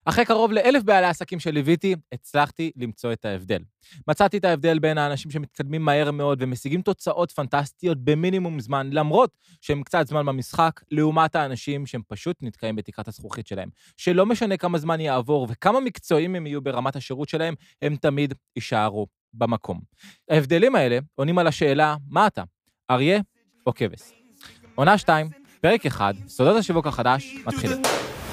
אחרי קרוב ל1,000 בעלי עסקים שליוויתי, הצלחתי למצוא את ההבדל. מצאתי את ההבדל בין האנשים שמתקדמים מהר מאוד ומשיגים תוצאות פנטסטיות במינימום זמן, למרות שהם קצת זמן במשחק, לעומת האנשים שהם פשוט נתקעים בתקרת הזכוכית שלהם. שלא משנה כמה זמן יעבור וכמה מקצועיים הם יהיו ברמת השירות שלהם, הם תמיד יישארו במקום. ההבדלים האלה עונים על השאלה, מה אתה? אריה או כבש? עונה 2, פרק 1, סודות השיווק החדש, מתחילים.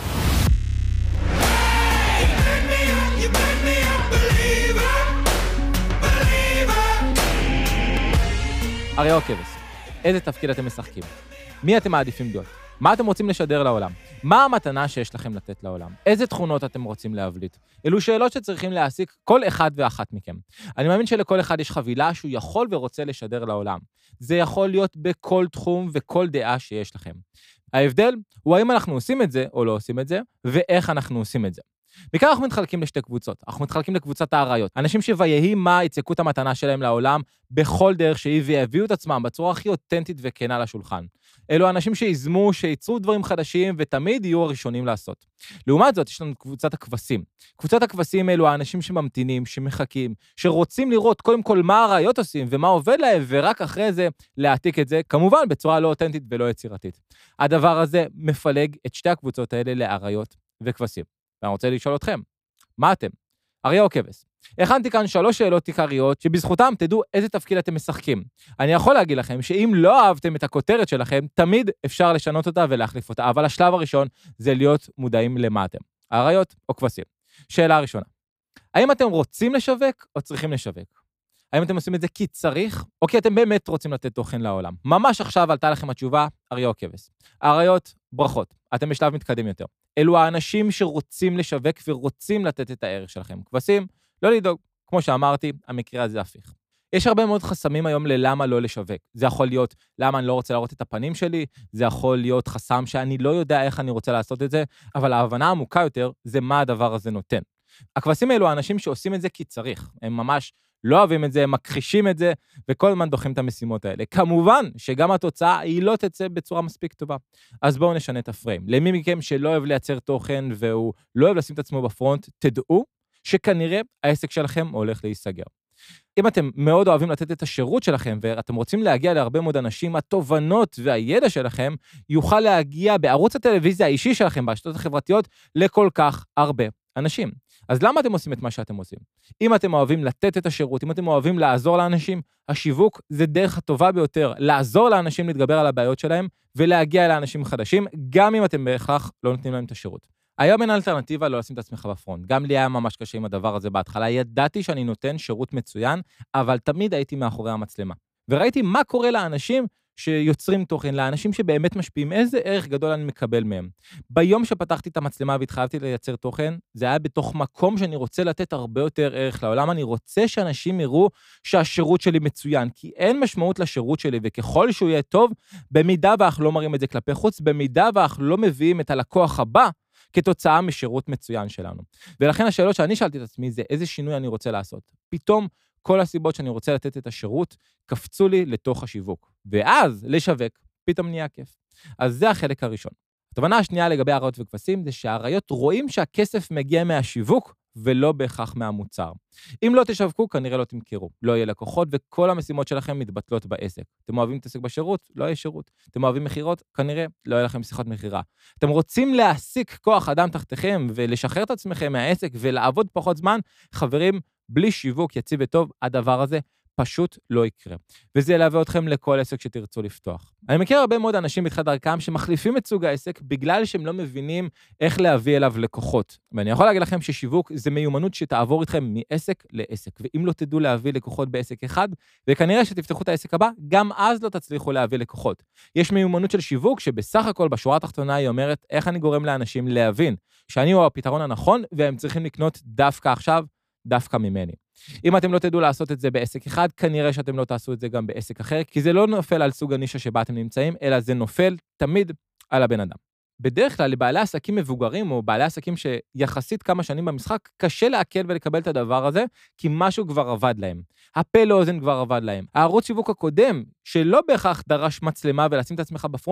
אריה או כבש, איזה תפקיד אתם משחקים? מי אתם מעדיפים להיות? מה אתם רוצים לשדר לעולם? מה המתנה שיש לכם לתת לעולם? איזה תכונות אתם רוצים להבליט? אלו שאלות שצריכים להעסיק כל אחד ואחת מכם. אני מאמין שלכל אחד יש חבילה שהוא יכול ורוצה לשדר לעולם. זה יכול להיות בכל תחום וכל דעה שיש לכם. ההבדל הוא האם אנחנו עושים את זה או לא עושים את זה, ואיך אנחנו עושים את זה. מכאן אנחנו מתחלקים לשתי קבוצות. אנחנו מתחלקים לקבוצת האריות. אנשים שויהי מה יצקו את המתנה שלהם לעולם בכל דרך שהיא ויביאו את עצמם בצורה הכי אותנטית וכנה לשולחן. אלו אנשים שיזמו, שייצרו דברים חדשים ותמיד יהיו הראשונים לעשות. לעומת זאת, יש לנו קבוצת הכבשים. קבוצת הכבשים אלו האנשים שממתינים, שמחכים, שרוצים לראות קודם כל מה האריות עושים ומה עובד להם, ורק אחרי זה להעתיק את זה, כמובן בצורה לא אותנטית ולא יצירתית. הדבר הזה מפלג את שתי הקבוצות האלה לאריות וכבשים. ואני רוצה לשאול אתכם, מה אתם? אריה או כבש? הכנתי כאן 3 שאלות עיקריות שבזכותם תדעו איזה תפקיד אתם משחקים. אני יכול להגיד לכם שאם לא אהבתם את הכותרת שלכם, תמיד אפשר לשנות אותה ולהחליף אותה, אבל השלב הראשון זה להיות מודעים למה אתם. אריות או כבשים? שאלה ראשונה, האם אתם רוצים לשווק או צריכים לשווק? האם אתם עושים את זה כי צריך, או כי אתם באמת רוצים לתת תוכן לעולם? ממש עכשיו עלתה לכם התשובה, אריה או כבש. אריות, ברכות, אתם בשלב מתקדם יותר. אלו האנשים שרוצים לשווק ורוצים לתת את הערך שלכם. כבשים, לא לדאוג, כמו שאמרתי, המקרה הזה הפיך. יש הרבה מאוד חסמים היום ללמה לא לשווק. זה יכול להיות למה אני לא רוצה להראות את הפנים שלי, זה יכול להיות חסם שאני לא יודע איך אני רוצה לעשות את זה, אבל ההבנה העמוקה יותר זה מה הדבר הזה נותן. הכבשים האלו האנשים שעושים את זה כי צריך. הם ממש לא אוהבים את זה, הם מכחישים את זה, וכל הזמן דוחים את המשימות האלה. כמובן שגם התוצאה היא לא תצא בצורה מספיק טובה. אז בואו נשנה את הפריים. למי מכם שלא אוהב לייצר תוכן והוא לא אוהב לשים את עצמו בפרונט, תדעו שכנראה העסק שלכם הולך להיסגר. אם אתם מאוד אוהבים לתת את השירות שלכם, ואתם רוצים להגיע להרבה מאוד אנשים, התובנות והידע שלכם יוכל להגיע בערוץ הטלוויזיה האישי שלכם, ברשתות החברתיות, לכל כך הרבה אנשים. אז למה אתם עושים את מה שאתם עושים? אם אתם אוהבים לתת את השירות, אם אתם אוהבים לעזור לאנשים, השיווק זה דרך הטובה ביותר, לעזור לאנשים להתגבר על הבעיות שלהם, ולהגיע לאנשים חדשים, גם אם אתם בהכרח לא נותנים להם את השירות. היום אין אלטרנטיבה לא לשים את עצמך בפרונט. גם לי היה ממש קשה עם הדבר הזה בהתחלה. ידעתי שאני נותן שירות מצוין, אבל תמיד הייתי מאחורי המצלמה. וראיתי מה קורה לאנשים שיוצרים תוכן, לאנשים שבאמת משפיעים, איזה ערך גדול אני מקבל מהם. ביום שפתחתי את המצלמה והתחייבתי לייצר תוכן, זה היה בתוך מקום שאני רוצה לתת הרבה יותר ערך לעולם. אני רוצה שאנשים יראו שהשירות שלי מצוין, כי אין משמעות לשירות שלי, וככל שהוא יהיה טוב, במידה ואנחנו לא מראים את זה כלפי חוץ, במידה ואנחנו לא מביאים את הלקוח הבא, כתוצאה משירות מצוין שלנו. ולכן השאלות שאני שאלתי את עצמי זה איזה שינוי אני רוצה לעשות. פתאום כל הסיבות שאני רוצה לתת את השירות קפצו לי לתוך השיווק. ואז לשווק פתאום נהיה כיף. אז זה החלק הראשון. התובנה השנייה לגבי אריות וכבשים זה שהאריות רואים שהכסף מגיע מהשיווק ולא בהכרח מהמוצר. אם לא תשווקו, כנראה לא תמכרו. לא יהיה לקוחות וכל המשימות שלכם מתבטלות בעסק. אתם אוהבים להתעסק בשירות? לא יהיה שירות. אתם אוהבים מחירות? כנראה לא יהיה לכם שיחות מחירה. אתם רוצים להעסיק כוח אדם תחתיכם ולשחרר את עצמכם מהעסק ולעבוד פחות זמן? חברים, בלי שיווק יציב וטוב, הדבר הזה פשוט לא יקרה. וזה ילווה אתכם לכל עסק שתרצו לפתוח. אני מכיר הרבה מאוד אנשים בתחילת דרכם שמחליפים את סוג העסק בגלל שהם לא מבינים איך להביא אליו לקוחות. ואני יכול להגיד לכם ששיווק זה מיומנות שתעבור איתכם מעסק לעסק. ואם לא תדעו להביא לקוחות בעסק אחד, וכנראה שתפתחו את העסק הבא, גם אז לא תצליחו להביא לקוחות. יש מיומנות של שיווק שבסך הכל בשורה התחתונה היא אומרת איך אני גורם לאנשים להבין שאני הוא הפתרון הנכון והם צריכים לקנות דווקא עכשיו, דווקא ממני. אם אתם לא תדעו לעשות את זה בעסק אחד, כנראה שאתם לא תעשו את זה גם בעסק אחר, כי זה לא נופל על סוג הנישה שבה אתם נמצאים, אלא זה נופל תמיד על הבן אדם. בדרך כלל, לבעלי עסקים מבוגרים, או בעלי עסקים שיחסית כמה שנים במשחק, קשה להקל ולקבל את הדבר הזה, כי משהו כבר עבד להם. הפה לאוזן כבר עבד להם. הערוץ שיווק הקודם, שלא בהכרח דרש מצלמה ולשים את עצמך בפרונט,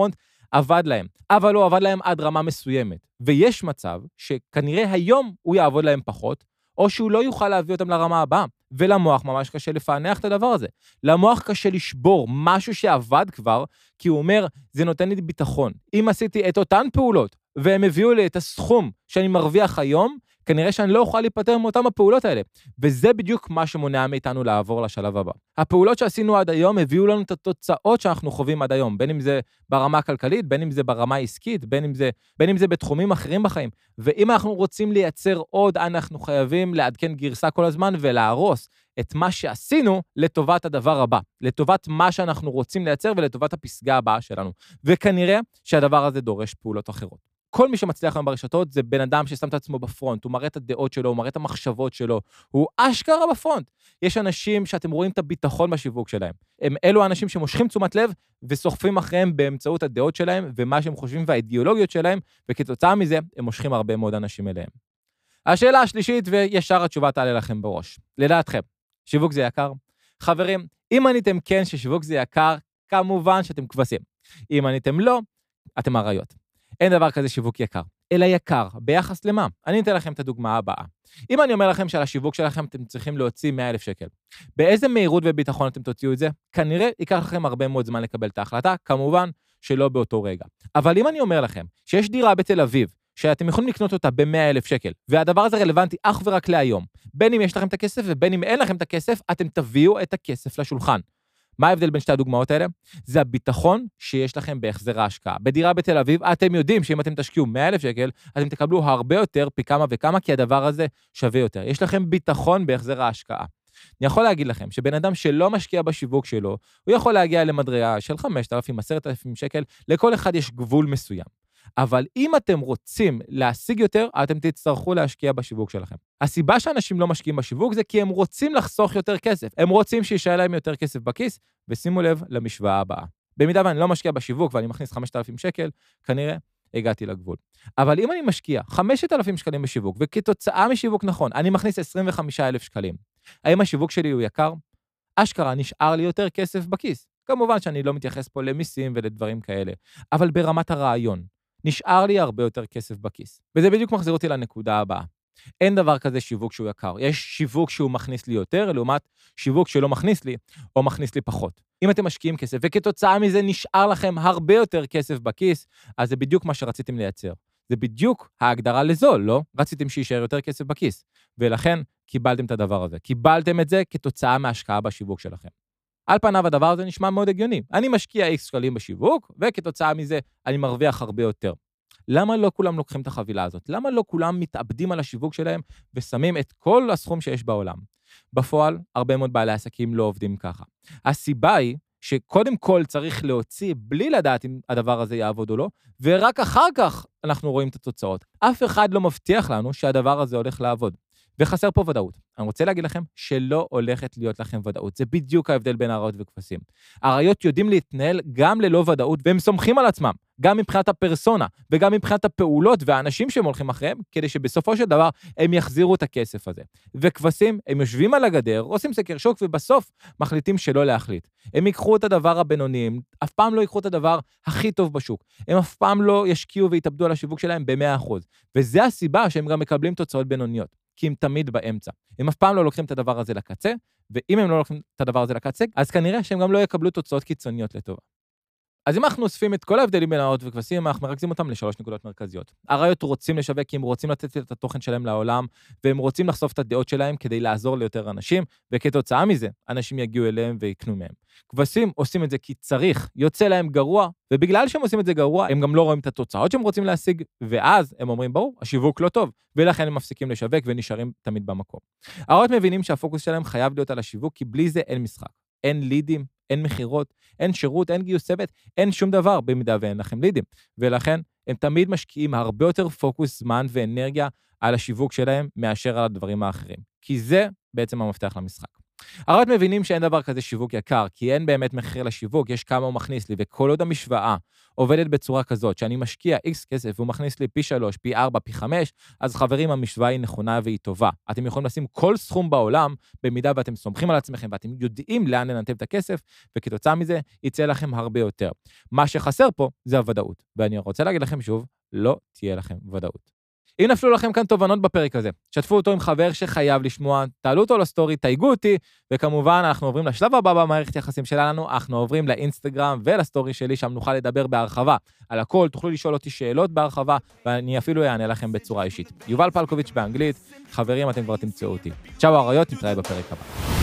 עבד להם, אבל הוא עבד להם עד רמה מסוימת. ויש מצב שכנראה היום הוא יעבוד להם פחות, או שהוא לא יוכל להביא אותם לרמה הבאה. ולמוח ממש קשה לפענח את הדבר הזה. למוח קשה לשבור משהו שעבד כבר, כי הוא אומר, זה נותן לי ביטחון. אם עשיתי את אותן פעולות, והם הביאו לי את הסכום שאני מרוויח היום, כנראה שאני לא אוכל להיפטר מאותם הפעולות האלה. וזה בדיוק מה שמונע מאיתנו לעבור לשלב הבא. הפעולות שעשינו עד היום הביאו לנו את התוצאות שאנחנו חווים עד היום, בין אם זה ברמה הכלכלית, בין אם זה ברמה העסקית, בין אם זה בתחומים אחרים בחיים. ואם אנחנו רוצים לייצר עוד, אנחנו חייבים לעדכן גרסה כל הזמן ולהרוס את מה שעשינו לטובת הדבר הבא, לטובת מה שאנחנו רוצים לייצר ולטובת הפסגה הבאה שלנו. וכנראה שהדבר הזה דורש פעולות אחרות. כל מי שמצליח היום ברשתות זה בן אדם ששם את עצמו בפרונט, הוא מראה את הדעות שלו, הוא מראה את המחשבות שלו, הוא אשכרה בפרונט. יש אנשים שאתם רואים את הביטחון בשיווק שלהם. הם אלו האנשים שמושכים תשומת לב וסוחפים אחריהם באמצעות הדעות שלהם ומה שהם חושבים והאידיאולוגיות שלהם, וכתוצאה מזה הם מושכים הרבה מאוד אנשים אליהם. השאלה השלישית, וישר התשובה תעלה לכם בראש. לדעתכם, שיווק זה יקר? חברים, אם עניתם כן ששיווק זה יקר, כמובן שאתם כבשים. אם עניתם לא, אתם אריות. אין דבר כזה שיווק יקר, אלא יקר, ביחס למה? אני אתן לכם את הדוגמה הבאה. אם אני אומר לכם שעל השיווק שלכם אתם צריכים להוציא 100,000 שקל, באיזה מהירות וביטחון אתם תוציאו את זה? כנראה ייקח לכם הרבה מאוד זמן לקבל את ההחלטה, כמובן שלא באותו רגע. אבל אם אני אומר לכם שיש דירה בתל אביב, שאתם יכולים לקנות אותה ב100,000 שקל, והדבר הזה רלוונטי אך ורק להיום, בין אם יש לכם את הכסף ובין אם אין לכם את הכסף, אתם תביאו את הכסף לשולחן. מה ההבדל בין שתי הדוגמאות האלה? זה הביטחון שיש לכם בהחזר ההשקעה. בדירה בתל אביב, אתם יודעים שאם אתם תשקיעו 100,000 שקל, אתם תקבלו הרבה יותר פי כמה וכמה, כי הדבר הזה שווה יותר. יש לכם ביטחון בהחזר ההשקעה. אני יכול להגיד לכם שבן אדם שלא משקיע בשיווק שלו, הוא יכול להגיע למדרגה של 5,000, 10,000 שקל, לכל אחד יש גבול מסוים. אבל אם אתם רוצים להשיג יותר, אתם תצטרכו להשקיע בשיווק שלכם. הסיבה שאנשים לא משקיעים בשיווק זה כי הם רוצים לחסוך יותר כסף. הם רוצים שישאר להם יותר כסף בכיס, ושימו לב למשוואה הבאה. במידה ואני לא משקיע בשיווק ואני מכניס 5,000 שקל, כנראה הגעתי לגבול. אבל אם אני משקיע 5,000 שקלים בשיווק, וכתוצאה משיווק נכון, אני מכניס 25,000 שקלים, האם השיווק שלי הוא יקר? אשכרה נשאר לי יותר כסף בכיס. כמובן שאני לא מתייחס פה למיסים ולדברים כאלה, אבל ברמת הרעיון. נשאר לי הרבה יותר כסף בכיס. וזה בדיוק מחזיר אותי לנקודה הבאה. אין דבר כזה שיווק שהוא יקר. יש שיווק שהוא מכניס לי יותר, לעומת שיווק שלא מכניס לי, או מכניס לי פחות. אם אתם משקיעים כסף, וכתוצאה מזה נשאר לכם הרבה יותר כסף בכיס, אז זה בדיוק מה שרציתם לייצר. זה בדיוק ההגדרה לזול, לא? רציתם שישאר יותר כסף בכיס. ולכן קיבלתם את הדבר הזה. קיבלתם את זה כתוצאה מההשקעה בשיווק שלכם. על פניו הדבר הזה נשמע מאוד הגיוני. אני משקיע X שקלים בשיווק, וכתוצאה מזה אני מרוויח הרבה יותר. למה לא כולם לוקחים את החבילה הזאת? למה לא כולם מתאבדים על השיווק שלהם ושמים את כל הסכום שיש בעולם? בפועל, הרבה מאוד בעלי עסקים לא עובדים ככה. הסיבה היא שקודם כל צריך להוציא בלי לדעת אם הדבר הזה יעבוד או לא, ורק אחר כך אנחנו רואים את התוצאות. אף אחד לא מבטיח לנו שהדבר הזה הולך לעבוד. וחסר פה ודאות. אני רוצה להגיד לכם שלא הולכת להיות לכם ודאות. זה בדיוק ההבדל בין אריות וכבשים. אריות יודעים להתנהל גם ללא ודאות, והם סומכים על עצמם, גם מבחינת הפרסונה, וגם מבחינת הפעולות והאנשים שהם הולכים אחריהם, כדי שבסופו של דבר הם יחזירו את הכסף הזה. וכבשים, הם יושבים על הגדר, עושים סקר שוק, ובסוף מחליטים שלא להחליט. הם ייקחו את הדבר הבינוני, הם אף פעם לא ייקחו את הדבר הכי טוב בשוק. הם אף פעם לא ישקיעו ויתאבדו על השיווק שלהם ב100%. וזה הסיבה שהם גם מקבלים תוצאות בינוניות. כי הם תמיד באמצע. הם אף פעם לא לוקחים את הדבר הזה לקצה, ואם הם לא לוקחים את הדבר הזה לקצה, אז כנראה שהם גם לא יקבלו תוצאות קיצוניות לטובה. אז אם אנחנו אוספים את כל ההבדלים בין אריות וכבשים, אנחנו מרכזים אותם לשלוש נקודות מרכזיות. אריות רוצים לשווק כי הם רוצים לתת את התוכן שלהם לעולם, והם רוצים לחשוף את הדעות שלהם כדי לעזור ליותר אנשים, וכתוצאה מזה, אנשים יגיעו אליהם ויקנו מהם. כבשים עושים את זה כי צריך, יוצא להם גרוע, ובגלל שהם עושים את זה גרוע, הם גם לא רואים את התוצאות שהם רוצים להשיג, ואז הם אומרים, ברור, השיווק לא טוב, ולכן הם מפסיקים לשווק ונשארים תמיד במקום. אריות מבינים שהפוקוס שלהם חייב להיות על השיווק, כי בלי זה אין משחק. אין לידים, אין מחירות, אין שירות, אין גיוס צוות, אין שום דבר במידה ואין לכם לידים. ולכן הם תמיד משקיעים הרבה יותר פוקוס, זמן ואנרגיה על השיווק שלהם מאשר על הדברים האחרים. כי זה בעצם המפתח למשחק. אריות מבינים שאין דבר כזה שיווק יקר, כי אין באמת מחיר לשיווק, יש כמה הוא מכניס לי, וכל עוד המשוואה עובדת בצורה כזאת, שאני משקיע X כסף והוא מכניס לי פי 3, פי 4, פי 5, אז חברים, המשוואה היא נכונה והיא טובה. אתם יכולים לשים כל סכום בעולם, במידה ואתם סומכים על עצמכם, ואתם יודעים לאן לנתב את הכסף, וכתוצאה מזה יצא לכם הרבה יותר. מה שחסר פה זה הוודאות, ואני רוצה להגיד לכם שוב, לא תהיה לכם ודאות. אם נפלו לכם כאן תובנות בפרק הזה, שתפו אותו עם חבר שחייב לשמוע, תעלו אותו לסטורי, תייגו אותי, וכמובן אנחנו עוברים לשלב הבא במערכת יחסים שלנו, אנחנו עוברים לאינסטגרם ולסטורי שלי, שם נוכל לדבר בהרחבה על הכל, תוכלו לשאול אותי שאלות בהרחבה, ואני אפילו אענה לכם בצורה אישית. יובל פלקוביץ' באנגלית, חברים, אתם כבר תמצאו אותי. צ'או אריות, נתראה בפרק הבא.